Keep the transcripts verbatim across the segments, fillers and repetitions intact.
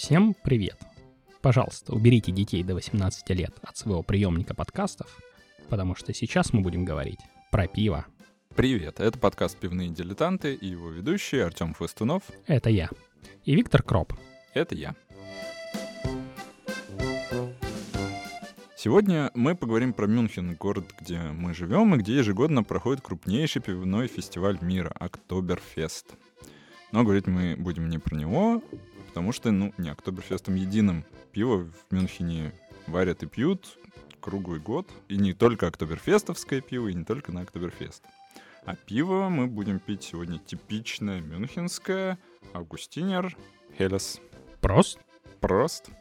Всем привет! Пожалуйста, уберите детей до восемнадцати лет от своего приемника подкастов, потому что сейчас мы будем говорить про пиво. Привет, это подкаст «Пивные дилетанты» и его ведущий Артем Хвостунов. Это я. И Виктор Кроп. Это я. Сегодня мы поговорим про Мюнхен, город, где мы живем и где ежегодно проходит крупнейший пивной фестиваль мира — Октоберфест. Но говорить мы будем не про него, потому что, ну, не Октоберфестом единым. Пиво в Мюнхене варят и пьют круглый год. И не только октоберфестовское пиво, и не только на Октоберфест. А пиво мы будем пить сегодня типичное мюнхенское Августинер Helles. Прост? Прост.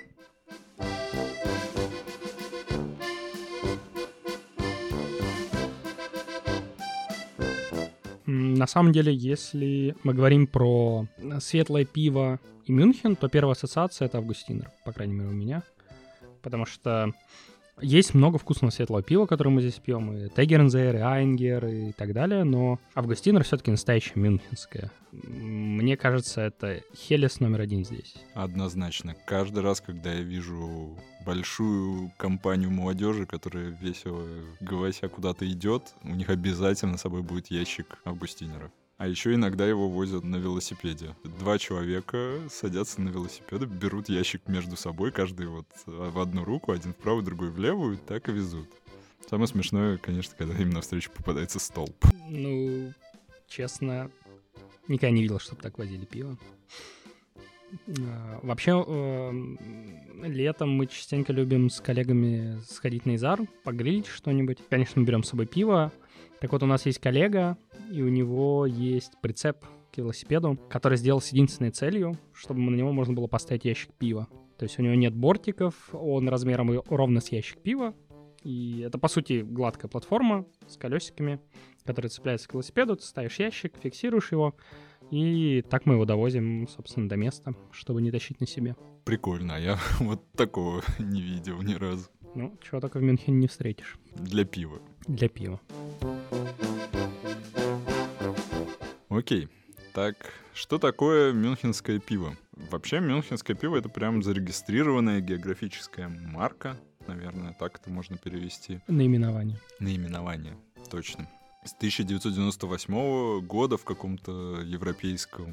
На самом деле, если мы говорим про светлое пиво и Мюнхен, то первая ассоциация — это Августинер, по крайней мере, у меня. Потому что есть много вкусного светлого пива, которое мы здесь пьем, и Тегернзейр, и Айнгер, и так далее, но Августинер все-таки настоящее мюнхенское. Мне кажется, это Helles номер один здесь. Однозначно. Каждый раз, когда я вижу большую компанию молодежи, которая весело голося куда-то идет, у них обязательно с собой будет ящик Августинера. А еще иногда его возят на велосипеде. Два человека садятся на велосипеды, берут ящик между собой, каждый вот в одну руку, один в правую, другой в левую, так и везут. Самое смешное, конечно, когда им навстречу попадается столб. Ну, честно, никогда не видел, чтобы так возили пиво. Вообще, летом мы частенько любим с коллегами сходить на Изар, погрилить что-нибудь. Конечно, мы берем с собой пиво. Так вот, у нас есть коллега, и у него есть прицеп к велосипеду, который сделал с единственной целью, чтобы на него можно было поставить ящик пива. То есть у него нет бортиков, он размером ровно с ящик пива. И это, по сути, гладкая платформа с колесиками, которые цепляются к велосипеду. Ты ставишь ящик, фиксируешь его, и так мы его довозим, собственно, до места, чтобы не тащить на себе. Прикольно, а я вот такого не видел ни разу. Ну, чего только в Мюнхене не встретишь. Для пива. Для пива. Окей. Так, что такое мюнхенское пиво? Вообще, мюнхенское пиво — это прям зарегистрированная географическая марка, наверное, так это можно перевести. Наименование. Наименование, точно. С тысяча девятьсот девяносто восьмого года в каком-то европейском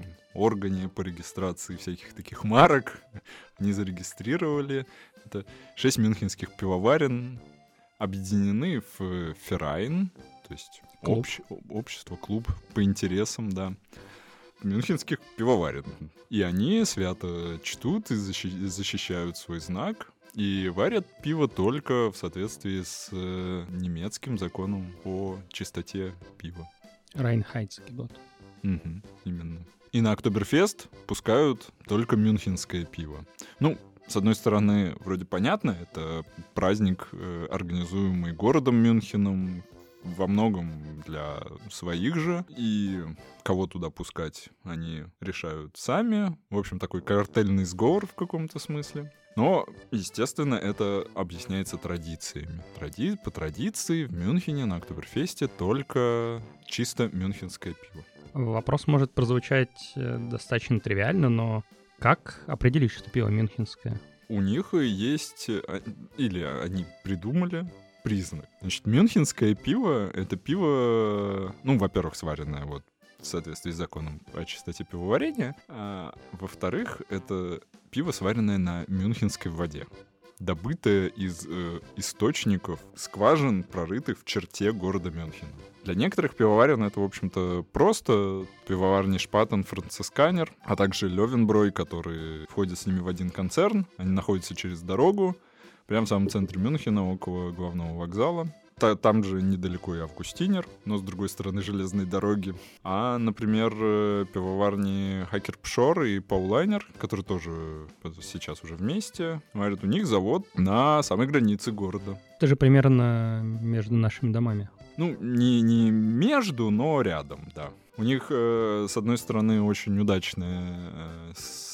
органе по регистрации всяких таких марок они зарегистрировали. Это шесть мюнхенских пивоварен объединены в Ферайн, то есть общ, общество, клуб по интересам, да, мюнхенских пивоварен. И они свято чтут и защи- защищают свой знак. И варят пиво только в соответствии с э, немецким законом о чистоте пива. Reinheitsgebot. Угу, именно. И на Октоберфест пускают только мюнхенское пиво. Ну, с одной стороны, вроде понятно, это праздник, э, организуемый городом Мюнхеном, во многом для своих же, и кого туда пускать они решают сами. В общем, такой картельный сговор в каком-то смысле. Но, естественно, это объясняется традициями. Тради... По традиции в Мюнхене на Октоберфесте только чисто мюнхенское пиво. Вопрос может прозвучать достаточно тривиально, но как определить, что пиво мюнхенское? У них есть, или они придумали признак. Значит, мюнхенское пиво — это пиво, ну, во-первых, сваренное вот в соответствии с законом о чистоте пивоварения, а во-вторых, это пиво, сваренное на мюнхенской воде, добытое из э, источников, скважин, прорытых в черте города Мюнхена. Для некоторых пивоварен это, в общем-то, просто пивоварни Шпатен, Францисканер, а также Лёвенброй, которые входят с ними в один концерн. Они находятся через дорогу, прямо в самом центре Мюнхена, около главного вокзала. Там же недалеко и Августинер, но с другой стороны железной дороги. А, например, пивоварни Хакер-Пшор и Паулайнер, которые тоже сейчас уже вместе, варят, у них завод на самой границе города. Это же примерно между нашими домами. Ну, не, не между, но рядом, да. У них, э, с одной стороны, очень удачная э,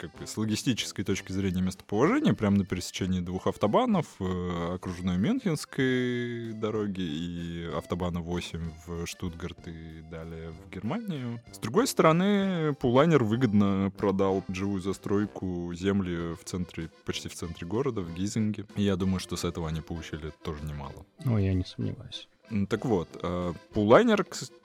как бы с логистической точки зрения местоположения, прямо на пересечении двух автобанов, э, окружной Мюнхенской дороги и автобана восемь в Штутгарт и далее в Германию. С другой стороны, Пулайнер выгодно продал живую застройку земли в центре, почти в центре города, в Гизинге. И я думаю, что с этого они получили тоже немало. Ну, я не сомневаюсь. Так вот, Пулайнер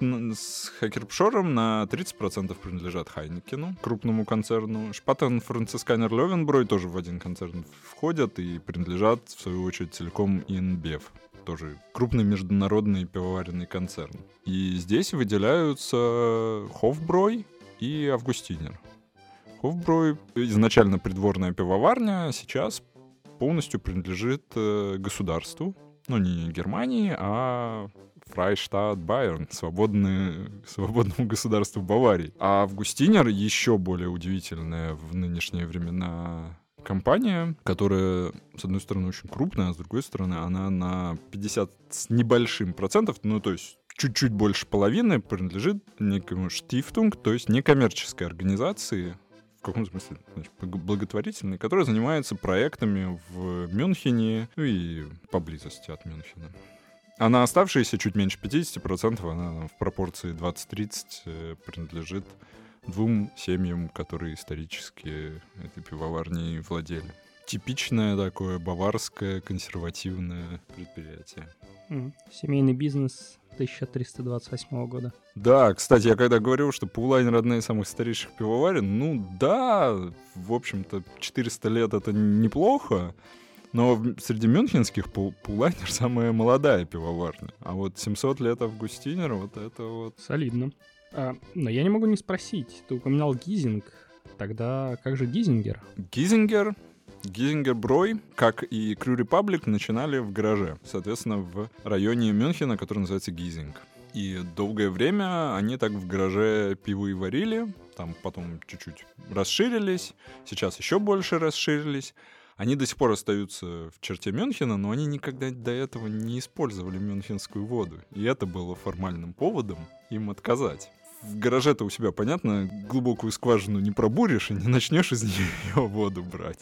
с Хакерпшором на тридцать процентов принадлежат Хайнекену, крупному концерну. Шпатен, Францисканер, Левенброй тоже в один концерн входят и принадлежат, в свою очередь, целиком ИНБЕВ. Тоже крупный международный пивоваренный концерн. И здесь выделяются Хофброй и Августинер. Хофброй, изначально придворная пивоварня, сейчас полностью принадлежит государству. Ну, не Германии, а Фрайштат Байерн, свободное, свободному государству Баварии. А Августинер еще более удивительная в нынешние времена компания, которая, с одной стороны, очень крупная, а с другой стороны, она на пятьдесят с небольшим процентов, ну, то есть чуть-чуть больше половины, принадлежит некому штифтунг, то есть некоммерческой организации, в каком смысле, значит, благотворительный, который занимается проектами в Мюнхене, ну и поблизости от Мюнхена. А на оставшиеся чуть меньше пятьдесят процентов, она в пропорции двадцать-тридцать принадлежит двум семьям, которые исторически этой пивоварней владели. Типичное такое баварское консервативное предприятие. Mm. Семейный бизнес тысяча триста двадцать восьмого года. Да, кстати, я когда говорил, что Пулайнер одна из самых старейших пивоварен, ну да, в общем-то, четыреста лет это неплохо, но среди мюнхенских Пулайнер самая молодая пивоварня. А вот семьсот лет Августинер, вот это вот... Солидно. А, но я не могу не спросить, ты упоминал Гизинг, тогда как же Гизингер? Гизингер... Гизингер Брой, как и Крю Репаблик, начинали в гараже, соответственно, в районе Мюнхена, который называется Гизинг. И долгое время они так в гараже пиво и варили, там потом чуть-чуть расширились, сейчас еще больше расширились. Они до сих пор остаются в черте Мюнхена, но они никогда до этого не использовали мюнхенскую воду. И это было формальным поводом им отказать. В гараже-то у себя, понятно, глубокую скважину не пробуришь и не начнешь из нее воду брать.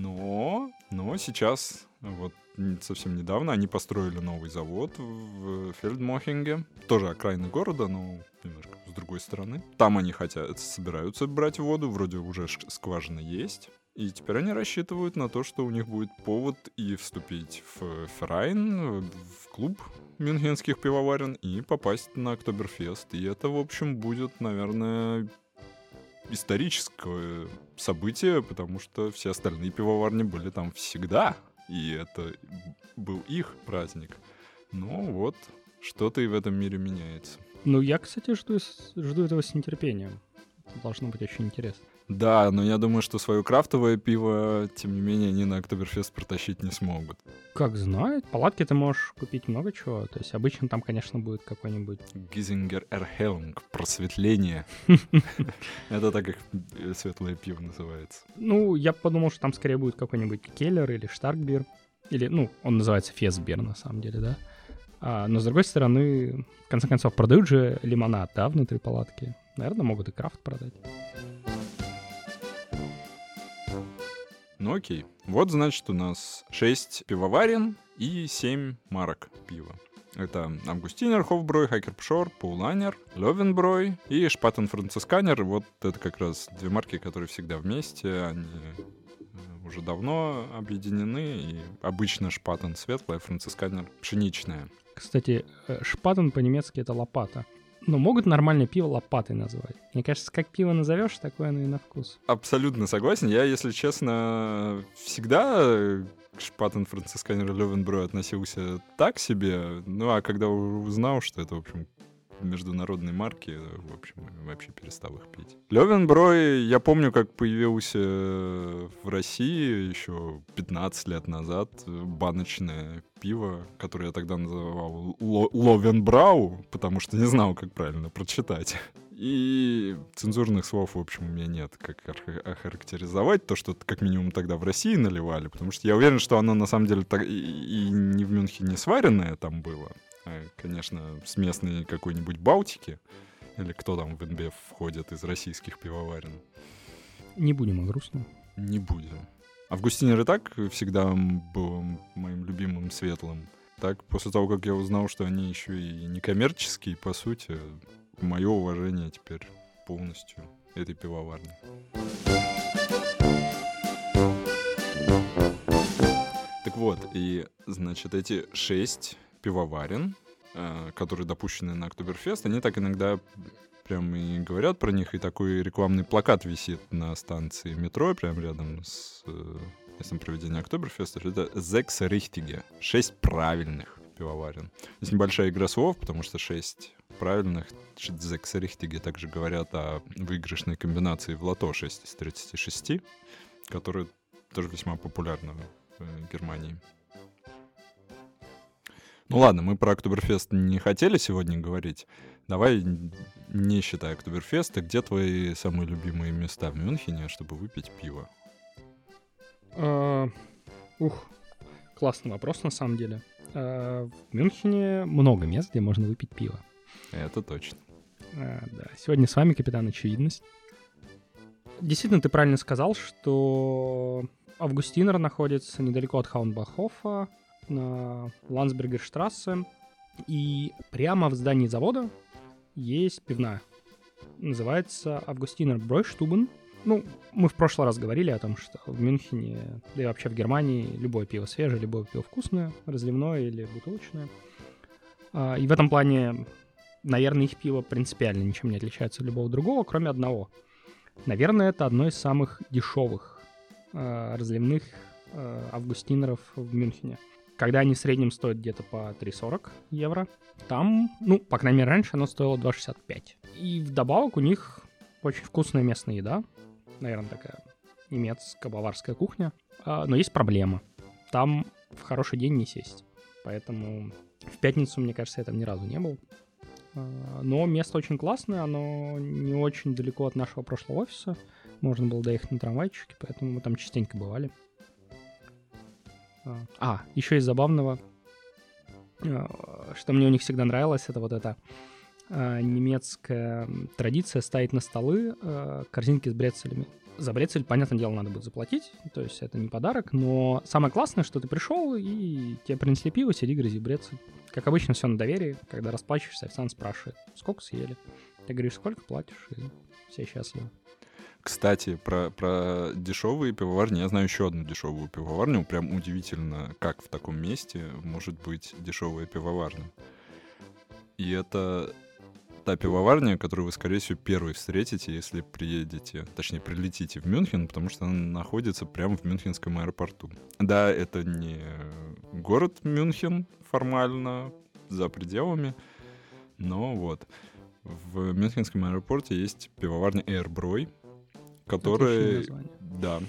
Но, но сейчас, вот совсем недавно, они построили новый завод в Фельдмохинге. Тоже окраина города, но немножко с другой стороны. Там они хотят, собираются брать воду, вроде уже скважина есть. И теперь они рассчитывают на то, что у них будет повод и вступить в Ферайн, в клуб мюнхенских пивоварен, и попасть на Октоберфест. И это, в общем, будет, наверное, историческое событие, потому что все остальные пивоварни были там всегда, и это был их праздник. Ну вот, что-то и в этом мире меняется. Ну, я, кстати, жду, жду этого с нетерпением. Это должно быть очень интересно. Да, но я думаю, что свое крафтовое пиво, тем не менее, они на Октоберфест протащить не смогут. Как знает. Палатки ты можешь купить много чего. То есть обычно там, конечно, будет какой-нибудь... Гизингер Эрхелнг, просветление. Это так, как светлое пиво называется. Ну, я подумал, что там скорее будет какой-нибудь Келлер или Штаркбир. Или, ну, он называется Фесбир, на самом деле, да. А, но, с другой стороны, в конце концов, продают же лимонад, да, внутри палатки. Наверное, могут и крафт продать. Ну окей. Вот, значит, у нас шесть пивоварен и семь марок пива. Это Августинер, Хофброй, Хакерпшор, Пулайнер, Левенброй и Шпатен Францисканер. Вот это как раз две марки, которые всегда вместе. Они уже давно объединены. И обычно Шпатен светлая, Францисканер пшеничная. Кстати, Шпатен по-немецки — это лопата. Но могут нормальное пиво лопатой называть. Мне кажется, как пиво назовешь, такое оно и на вкус. Абсолютно согласен. Я, если честно, всегда к Шпатен Францисканер Левенброй относился так себе. Ну, а когда узнал, что это, в общем, международные марки, в общем, вообще перестал их пить. Левенброй, я помню, как появился в России еще пятнадцать лет назад баночное пиво, которое я тогда называл Ловенбрау, потому что не знал, как правильно прочитать. И цензурных слов, в общем, у меня нет, как охарактеризовать то, что как минимум тогда в России наливали, потому что я уверен, что оно на самом деле и не в Мюнхене сваренное там было, а, конечно, с местной какой-нибудь Балтики, или кто там в эн бэ эф входит из российских пивоварен. Не будем о грустном. Не будем. Августинер и так всегда был моим любимым светлым. Так, после того, как я узнал, что они еще и некоммерческие, по сути, мое уважение теперь полностью этой пивоварни. Так вот, и, значит, эти шесть пивоварен, э, которые допущены на Октоберфест, они так иногда прям и говорят про них, и такой рекламный плакат висит на станции метро, прям рядом с э, местом проведения Октоберфеста, что это «Sechs richtige», шесть правильных пивоварен. Здесь небольшая игра слов, потому что шесть правильных, «Sechs richtige» также говорят о выигрышной комбинации в лото шесть из тридцати шести, которая тоже весьма популярна в Германии. Ну ладно, мы про Октоберфест не хотели сегодня говорить. Давай, не считая Октоберфеста, где твои самые любимые места в Мюнхене, чтобы выпить пиво? Uh, ух, классный вопрос на самом деле. Uh, в Мюнхене много мест, где можно выпить пиво. Это точно. Uh, да. Сегодня с вами Капитан Очевидность. Действительно, ты правильно сказал, что Августинер находится недалеко от Хаунбахофа, на Ландсбергерштрассе, и прямо в здании завода есть пивная. Называется Августинер Бройштубен. Ну, мы в прошлый раз говорили о том, что в Мюнхене, да и вообще в Германии, любое пиво свежее, любое пиво вкусное, разливное или бутылочное. И в этом плане, наверное, их пиво принципиально ничем не отличается от любого другого, кроме одного. Наверное, это одно из самых дешевых разливных августинеров в Мюнхене. Когда они в среднем стоят где-то по три сорок евро, там, ну, по крайней мере, раньше оно стоило два шестьдесят пять. И вдобавок у них очень вкусная местная еда. Наверное, такая немецкая, баварская кухня. А, но есть проблема. Там в хороший день не сесть. Поэтому в пятницу, мне кажется, я там ни разу не был. А, но место очень классное, оно не очень далеко от нашего прошлого офиса. Можно было доехать на трамвайчике, поэтому мы там частенько бывали. А, еще из забавного, что мне у них всегда нравилось, это вот эта немецкая традиция ставить на столы корзинки с брецелями. За брецель, понятное дело, надо будет заплатить, то есть это не подарок, но самое классное, что ты пришел, и тебе принесли пиво, сиди, грызи брецель. Как обычно, все на доверии, когда расплачиваешься, официант спрашивает, сколько съели. Ты говоришь, сколько платишь, и все счастливы. Кстати, про, про дешевые пивоварни. Я знаю еще одну дешевую пивоварню. Прям удивительно, как в таком месте может быть дешевая пивоварня. И это та пивоварня, которую вы, скорее всего, первой встретите, если приедете, точнее, прилетите в Мюнхен, потому что она находится прямо в Мюнхенском аэропорту. Да, это не город Мюнхен формально, за пределами, но вот. В Мюнхенском аэропорте есть пивоварня Эйрброй, которые, да,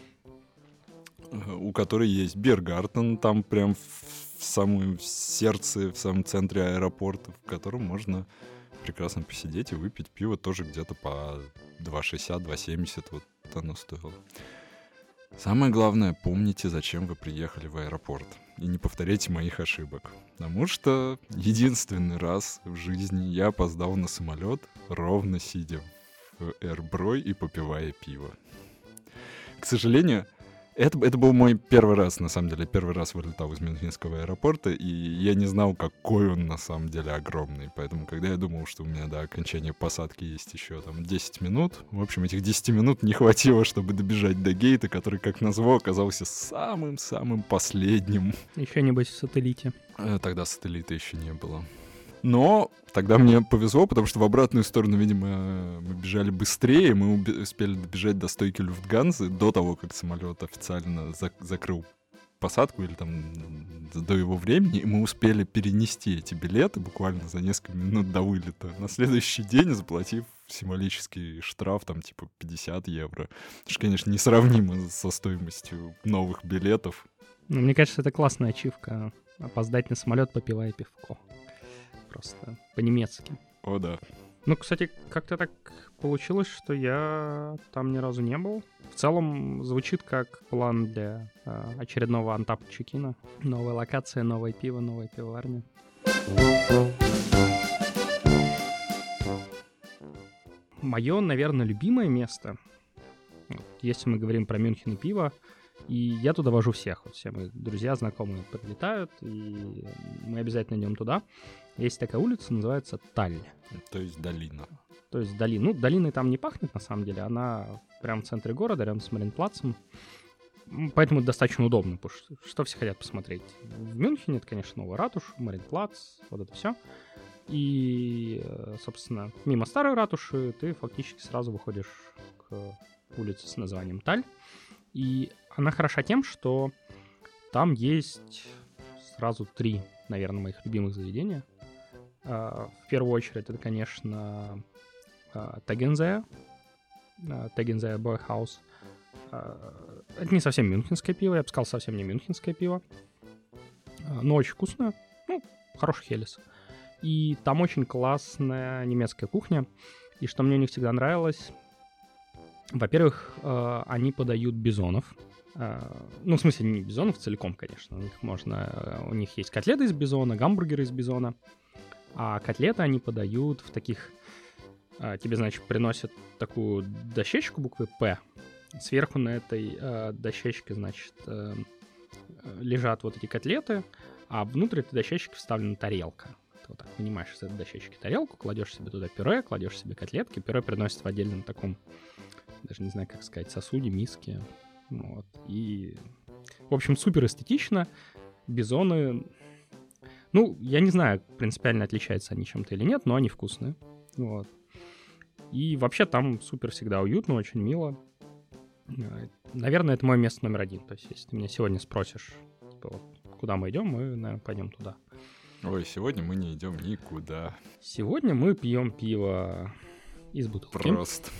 у которой есть Биргартен, там прям в самом сердце, в самом центре аэропорта, в котором можно прекрасно посидеть и выпить пиво тоже где-то по два шестьдесят - два семьдесят, вот оно стоило. Самое главное, помните, зачем вы приехали в аэропорт, и не повторяйте моих ошибок, потому что единственный раз в жизни я опоздал на самолет, ровно сидя в Эйрброй и попивая пиво. К сожалению, это, это был мой первый раз, на самом деле. Первый раз вылетал из Мюнхенского аэропорта, и я не знал, какой он на самом деле огромный. Поэтому, когда я думал, что у меня до окончания посадки есть еще там десять минут, в общем, этих десяти минут не хватило, чтобы добежать до гейта, который, как назло, оказался самым-самым последним. Еще небось в сателлите. Тогда сателлита еще не было. Но тогда мне повезло, потому что в обратную сторону, видимо, мы бежали быстрее, мы успели добежать до стойки Люфтганзы до того, как самолет официально зак- закрыл посадку или там до его времени, и мы успели перенести эти билеты буквально за несколько минут до вылета на следующий день, заплатив символический штраф, там, типа, пятьдесят евро. Что, конечно, несравнимо со стоимостью новых билетов. Ну, мне кажется, это классная ачивка. Опоздать на самолет, попивая пивко. Просто по-немецки. О, да. Ну, кстати, как-то так получилось, что я там ни разу не был. В целом, звучит как план для э, очередного антап-чекина. Новая локация, новое пиво, новая пивоварня. Мое, наверное, любимое место Вот. Если мы говорим про Мюнхен и пиво, и я туда вожу всех. Вот все мои друзья, знакомые прилетают, и мы обязательно идем туда. Есть такая улица, называется Таль. То есть долина. То есть долина. Ну, долиной там не пахнет, на самом деле. Она прямо в центре города, рядом с Мариенплацем. Поэтому достаточно удобно, потому что что все хотят посмотреть. В Мюнхене это, конечно, новая ратуша, Мариенплац, вот это все. И, собственно, мимо старой ратуши ты фактически сразу выходишь к улице с названием Таль. И она хороша тем, что там есть сразу три, наверное, моих любимых заведения. В первую очередь это, конечно, Тегензея, Тегензея Бräuhaus. Это не совсем мюнхенское пиво, я бы сказал, совсем не мюнхенское пиво, но очень вкусное, ну, хороший хелес. И там очень классная немецкая кухня, и что мне у них всегда нравилось, во-первых, они подают бизонов, ну, в смысле, не бизонов целиком, конечно, у них можно, у них есть котлеты из бизона, гамбургеры из бизона, а котлеты они подают в таких, тебе, значит, приносят такую дощечку буквы «П», сверху на этой э, дощечке, значит, э, лежат вот эти котлеты, а внутрь этой дощечки вставлена тарелка. Ты вот так вынимаешь из этой дощечки тарелку, кладешь себе туда пюре, кладешь себе котлетки. Пюре приносит в отдельном таком, даже не знаю, как сказать, сосуде, миске. Вот. И, в общем, супер эстетично. Бизоны, ну, я не знаю, принципиально отличаются они чем-то или нет, но они вкусные. Вот. И вообще там супер всегда уютно, очень мило. Наверное, это мое место номер один. То есть, если ты меня сегодня спросишь, типа, вот, куда мы идем, мы, наверное, пойдем туда. Ой, сегодня мы не идем никуда. Сегодня мы пьем пиво из бутылки. Просто.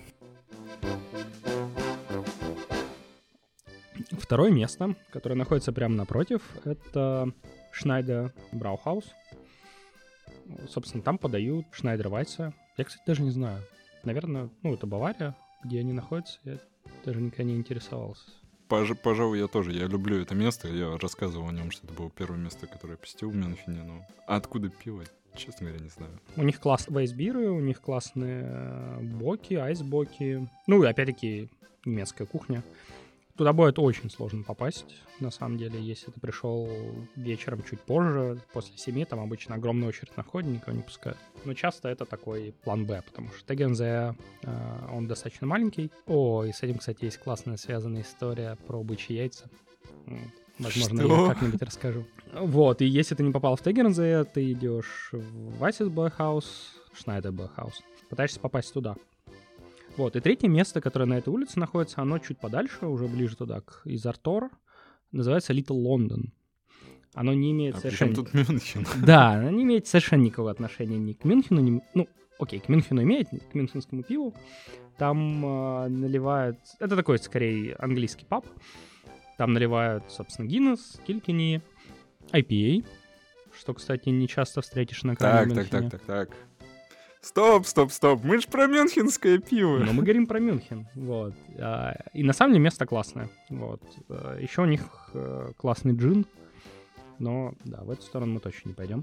Второе место, которое находится прямо напротив, это Schneider Brauhaus. Собственно, там подают Schneider Weisse. Я, кстати, даже не знаю. Наверное, ну, это Бавария, где они находятся. Я даже никогда не интересовался. Пож- пожалуй, я тоже. Я люблю это место. Я рассказывал о нем, что это было первое место, которое я посетил в Мюнхене. Но откуда пиво, честно говоря, не знаю. У них классные вейсбиры, у них классные боки, айсбоки. Ну и опять-таки немецкая кухня. Туда будет очень сложно попасть, на самом деле, если ты пришел вечером чуть позже, после семи, там обычно огромная очередь на входе, никого не пускают. Но часто это такой план Б, потому что Тегензе, э, он достаточно маленький. О, и с этим, кстати, есть классная связанная история про бычьи яйца. Вот. Возможно, Что? я как-нибудь расскажу. Вот, и если ты не попал в Тегензе, ты идешь в Weisses Bräuhaus, Schneider Bräuhaus, пытаешься попасть туда. Вот, и третье место, которое на этой улице находится, оно чуть подальше, уже ближе туда, к Изартор, называется Little London. Оно не имеет А совершенно... причем тут Мюнхен? Да, оно не имеет совершенно никакого отношения ни к Мюнхену, ни... ну, окей, к Мюнхену имеет, к мюнхенскому пиву. Там э, наливают... Это такой, скорее, английский паб. Там наливают, собственно, Гиннес, Килькини, ай пи эй, что, кстати, не часто встретишь на крайнем Так, так, Мюнхене. так, так, так. Стоп, стоп, стоп. Мы же про мюнхенское пиво. Но мы говорим про Мюнхен, вот. И на самом деле место классное, вот. Еще у них классный джин, но, да, в эту сторону мы точно не пойдем.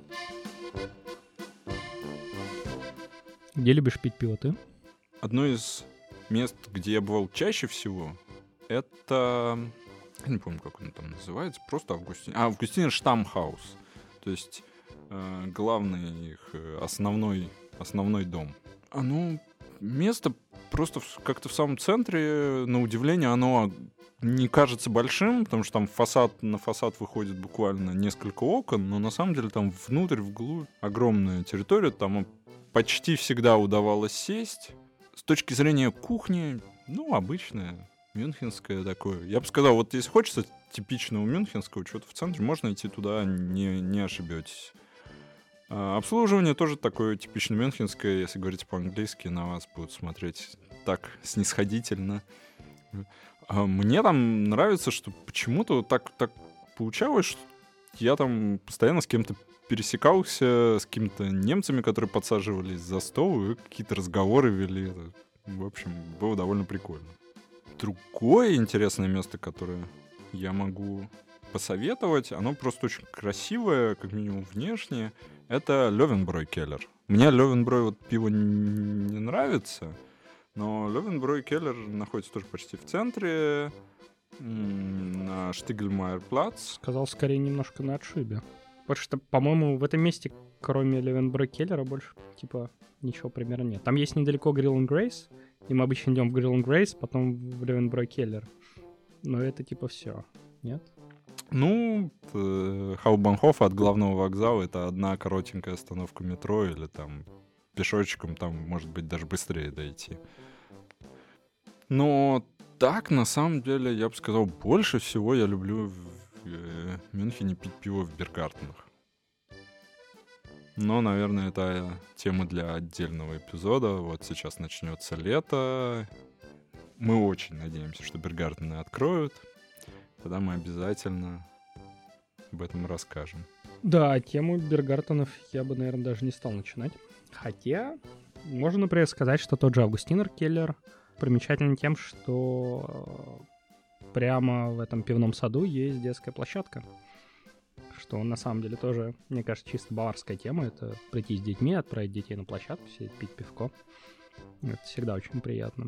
Где любишь пить пиво ты? Одно из мест, где я бывал чаще всего, это... Я не помню, как он там называется, просто Августин... А, Августин Штамхаус. То есть э, главный их основной... основной дом. Оно место просто в, как-то в самом центре, на удивление, оно не кажется большим, потому что там фасад, на фасад выходит буквально несколько окон, но на самом деле там внутрь, вглубь огромная территория, там почти всегда удавалось сесть. С точки зрения кухни, ну, обычная, мюнхенская такое. Я бы сказал, вот если хочется типичного мюнхенского, чего-то в центре, можно идти туда, не, не ошибетесь. А, обслуживание тоже такое типично мюнхенское, если говорить по-английски, на вас будут смотреть так снисходительно. А мне там нравится, что почему-то так, так получалось, что я там постоянно с кем-то пересекался, с какими-то немцами, которые подсаживались за стол и какие-то разговоры вели. В общем, было довольно прикольно. Другое интересное место, которое я могу посоветовать, оно просто очень красивое, как минимум внешне, это Löwenbräu Keller. Мне Löwenbräu вот пиво не нравится, Но Löwenbräu Keller находится тоже почти в центре, на Штигльмайер-плац. Сказал, скорее, немножко на отшибе. Потому что, по-моему, в этом месте, кроме Löwenbräu Keller, больше, типа, ничего примерно нет. Там есть недалеко Grill and Grace, и мы обычно идем в Grill and Grace, потом в Löwenbräu Keller. Но это, типа, все. Нет? Ну, Хаубанхоф от главного вокзала — это одна коротенькая остановка метро, или там пешочком, там, может быть, даже быстрее дойти. Но так, на самом деле, я бы сказал, больше всего я люблю в э, Мюнхене пить пиво в Биргартенах. Но, наверное, это тема для отдельного эпизода. Вот сейчас начнется лето. Мы очень надеемся, что Биргартены откроют. Тогда мы обязательно об этом расскажем. Да, тему Биргартенов я бы, наверное, даже не стал начинать. Хотя, можно, например, сказать, что тот же Августинер Келлер примечателен тем, что прямо в этом пивном саду есть детская площадка. Что на самом деле тоже, мне кажется, чисто баварская тема. Это прийти с детьми, отправить детей на площадку, сидеть, пить пивко. Это всегда очень приятно.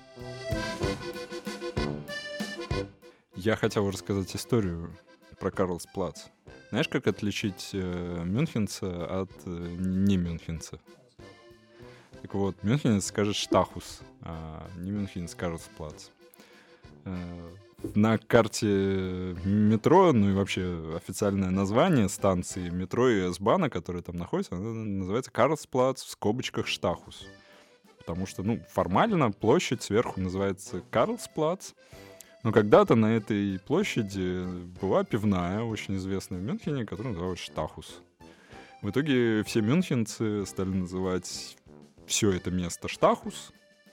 Я хотел рассказать историю про Карлсплац. Знаешь, как отличить э, мюнхенца от э, не мюнхенца? Так вот, мюнхенец скажет Штахус, а не мюнхенец Карлсплац. Э, на карте метро, ну и вообще официальное название станции метро и S-Bahn, которая там находится, она называется Карлсплац в скобочках Штахус. Потому что, ну, формально площадь сверху называется Карлсплац. Но когда-то на этой площади была пивная, очень известная в Мюнхене, которая называлась Штахус. В итоге все мюнхенцы стали называть все это место Штахус,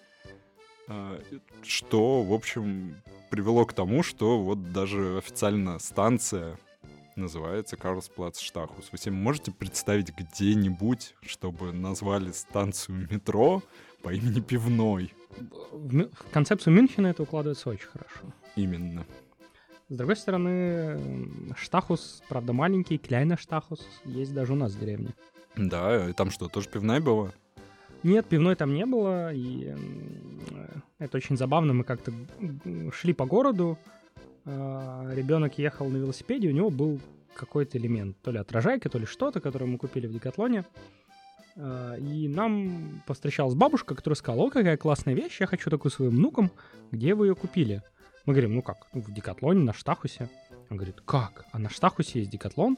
что, в общем, привело к тому, что вот даже официально станция называется Карлсплац Штахус. Вы себе можете представить где-нибудь, чтобы назвали станцию метро по имени пивной? В, мю... в концепцию Мюнхена это укладывается очень хорошо. Именно. С другой стороны, Штахус, правда, маленький, Кляйна Штахус, есть даже у нас в деревне. Да, и там что, тоже пивная была? Нет, пивной там не было, и это очень забавно. Мы как-то шли по городу, ребенок ехал на велосипеде, у него был какой-то элемент, то ли отражайка, то ли что-то, которое мы купили в Декатлоне. И нам повстречалась бабушка, которая сказала: о, какая классная вещь, я хочу такую своим внукам, где вы ее купили? Мы говорим: ну как, в Декатлоне, на Штахусе. Он говорит: как? А на Штахусе есть Декатлон?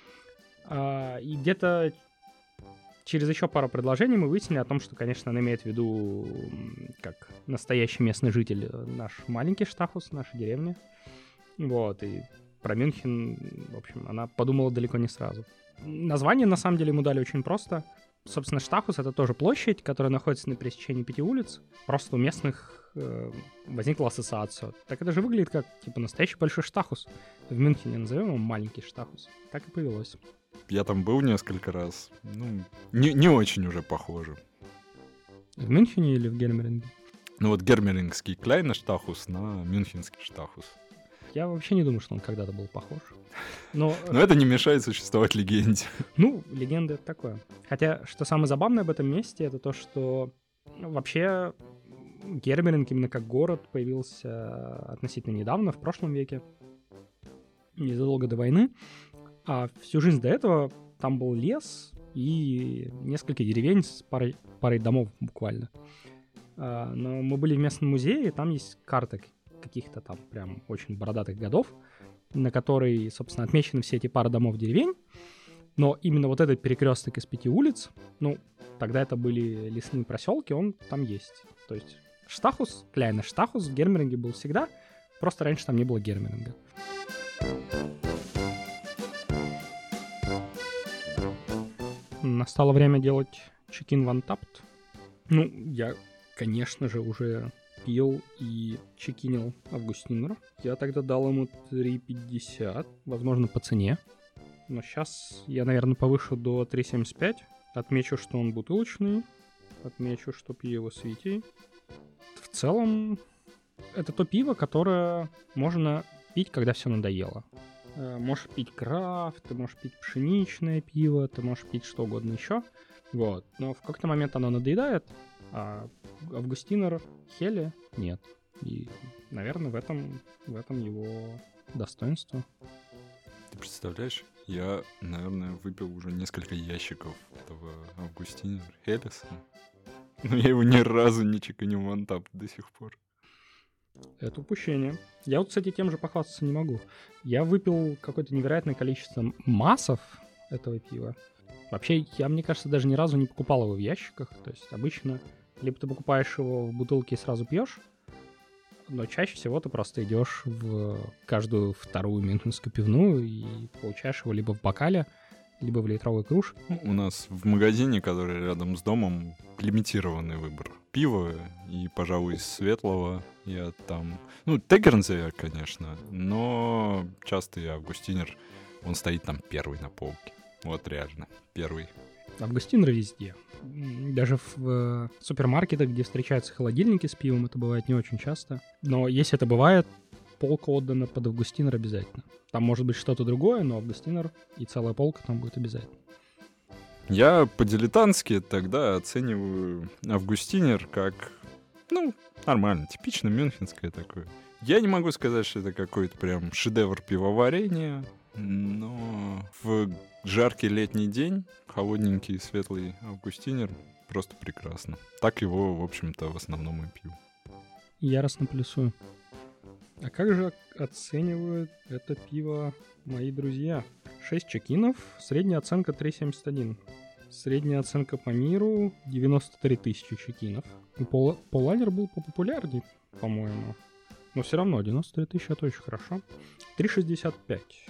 И где-то через еще пару предложений мы выяснили о том, что, конечно, она имеет в виду, как настоящий местный житель, наш маленький Штахус, наша деревня. Вот, и про Мюнхен, в общем, она подумала далеко не сразу. Название, на самом деле, ему дали очень просто. Собственно, Штахус — это тоже площадь, которая находится на пересечении пяти улиц. Просто у местных э, возникла ассоциация. Так это же выглядит как, типа, настоящий большой Штахус. В Мюнхене назовем его маленький Штахус. Так и повелось. Я там был несколько раз. Ну, не, не очень уже похоже. В Мюнхене или в Гермеринге? Ну вот гермерингский Кляйна Штахус на мюнхенский Штахус. Я вообще не думаю, что он когда-то был похож. Но, Но это не мешает существовать легенде. Ну, легенда — это такое. Хотя, что самое забавное об этом месте, это то, что вообще Гермеринг именно как город появился относительно недавно, в прошлом веке, незадолго до войны. А всю жизнь до этого там был лес и несколько деревень с парой, парой домов буквально. А, но мы были в местном музее, и там есть карта каких-то там прям очень бородатых годов, на которой, собственно, отмечены все эти пары домов деревень. Но именно вот этот перекресток из пяти улиц, ну, тогда это были лесные проселки, он там есть. То есть Штахус, Кляйна Штахус в Гермеринге был всегда, просто раньше там не было Гермеринга. Настало время делать чекин в Untappd. Ну, я, конечно же, уже пил и чекинил Августинера. Я тогда дал ему три пятьдесят, возможно, по цене. Но сейчас я, наверное, повышу до три семьдесят пять. Отмечу, что он бутылочный. Отмечу, что пью его с Витей. В целом, это то пиво, которое можно пить, когда все надоело. Можешь пить крафт, ты можешь пить пшеничное пиво, ты можешь пить что угодно еще. Вот. Но в какой-то момент оно надоедает, А Августинер Хеле нет. И, наверное, в этом, в этом его достоинство. Ты представляешь, я, наверное, выпил уже несколько ящиков этого Августинера Хелеса, но я его ни разу не чеканил в Антап до сих пор. Это упущение. Я вот, кстати, тем же похвастаться не могу. Я выпил какое-то невероятное количество массов этого пива. Вообще, я, мне кажется, даже ни разу не покупал его в ящиках. То есть обычно либо ты покупаешь его в бутылке и сразу пьешь, но чаще всего ты просто идешь в каждую вторую мюнхенскую пивную и получаешь его либо в бокале, либо в литровой кружке. У нас в магазине, который рядом с домом, лимитированный выбор пива и, пожалуй, из светлого. Я там... Ну, Тегернзе, конечно, но часто и Августинер, он стоит там первый на полке. Вот реально, первый. Августинер везде. Даже в э, супермаркетах, где встречаются холодильники с пивом, это бывает не очень часто. Но если это бывает, полка отдана под Августинер обязательно. Там может быть что-то другое, но Августинер и целая полка там будет обязательно. Я по-дилетантски тогда оцениваю Августинер как, ну, нормально, типично мюнхенское такое. Я не могу сказать, что это какой-то прям шедевр пивоварения, но в жаркий летний день холодненький светлый Августинер просто прекрасно. Так его, в общем-то, в основном и пью. Яростно плюсую. А как же оценивают это пиво мои друзья? шесть чекинов, средняя оценка три семьдесят один. Средняя оценка по миру девяносто три тысячи чекинов. Пол, Полалер был попопулярнее, по-моему. Но все равно девяносто три тысячи это очень хорошо. три шестьдесят пять.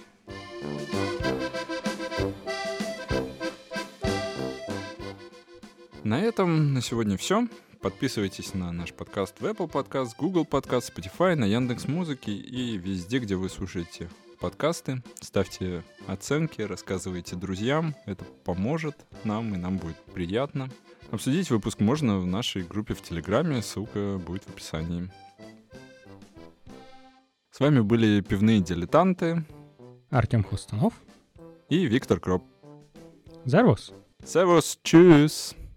На этом на сегодня все. Подписывайтесь на наш подкаст в Apple Podcast, Google Podcast, Spotify, на Яндекс.Музыке и везде, где вы слушаете подкасты. Ставьте оценки, рассказывайте друзьям. Это поможет нам, и нам будет приятно. Обсудить выпуск можно в нашей группе в Телеграме. Ссылка будет в описании. С вами были пивные дилетанты Артем Хвостанов и Виктор Кроп. Servus. Servus, tschüss.